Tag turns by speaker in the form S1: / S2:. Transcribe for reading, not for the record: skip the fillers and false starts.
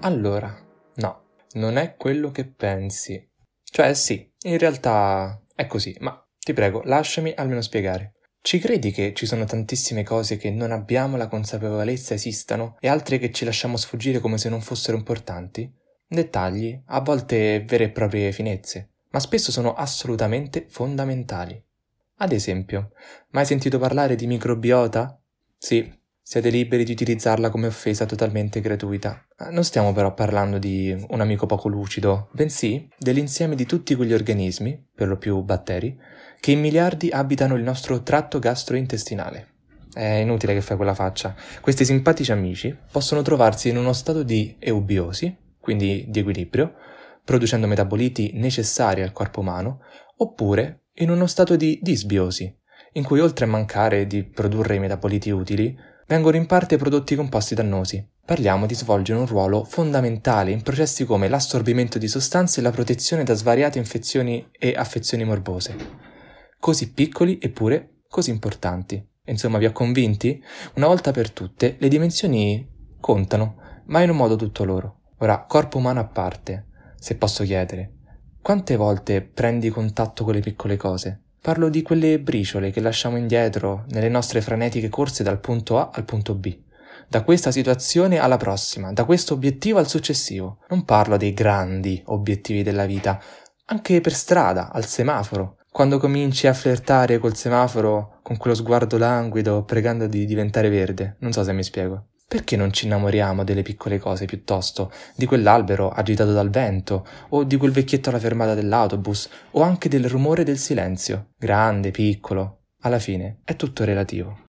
S1: Allora, no, non è quello che pensi. Cioè sì, in realtà è così, ma ti prego, lasciami almeno spiegare. Ci credi che ci sono tantissime cose che non abbiamo la consapevolezza esistano e altre che ci lasciamo sfuggire come se non fossero importanti? Dettagli, a volte vere e proprie finezze, ma spesso sono assolutamente fondamentali. Ad esempio, mai sentito parlare di microbiota? Sì, siete liberi di utilizzarla come offesa totalmente gratuita. Non stiamo però parlando di un amico poco lucido, bensì dell'insieme di tutti quegli organismi, per lo più batteri, che in miliardi abitano il nostro tratto gastrointestinale. È inutile che fai quella faccia. Questi simpatici amici possono trovarsi in uno stato di eubiosi, quindi di equilibrio, producendo metaboliti necessari al corpo umano, oppure in uno stato di disbiosi, in cui oltre a mancare di produrre i metaboliti utili, vengono in parte prodotti composti dannosi. Parliamo di svolgere un ruolo fondamentale in processi come l'assorbimento di sostanze e la protezione da svariate infezioni e affezioni morbose. Così piccoli eppure così importanti. Insomma, vi ho convinti? Una volta per tutte, le dimensioni contano, ma in un modo tutto loro. Ora, corpo umano a parte, se posso chiedere, quante volte prendi contatto con le piccole cose? Parlo di quelle briciole che lasciamo indietro nelle nostre frenetiche corse dal punto A al punto B. Da questa situazione alla prossima, da questo obiettivo al successivo. Non parlo dei grandi obiettivi della vita, anche per strada, al semaforo. Quando cominci a flirtare col semaforo con quello sguardo languido, pregando di diventare verde. Non so se mi spiego. Perché non ci innamoriamo delle piccole cose piuttosto? Di quell'albero agitato dal vento, o di quel vecchietto alla fermata dell'autobus, o anche del rumore del silenzio. Grande, piccolo. Alla fine è tutto relativo.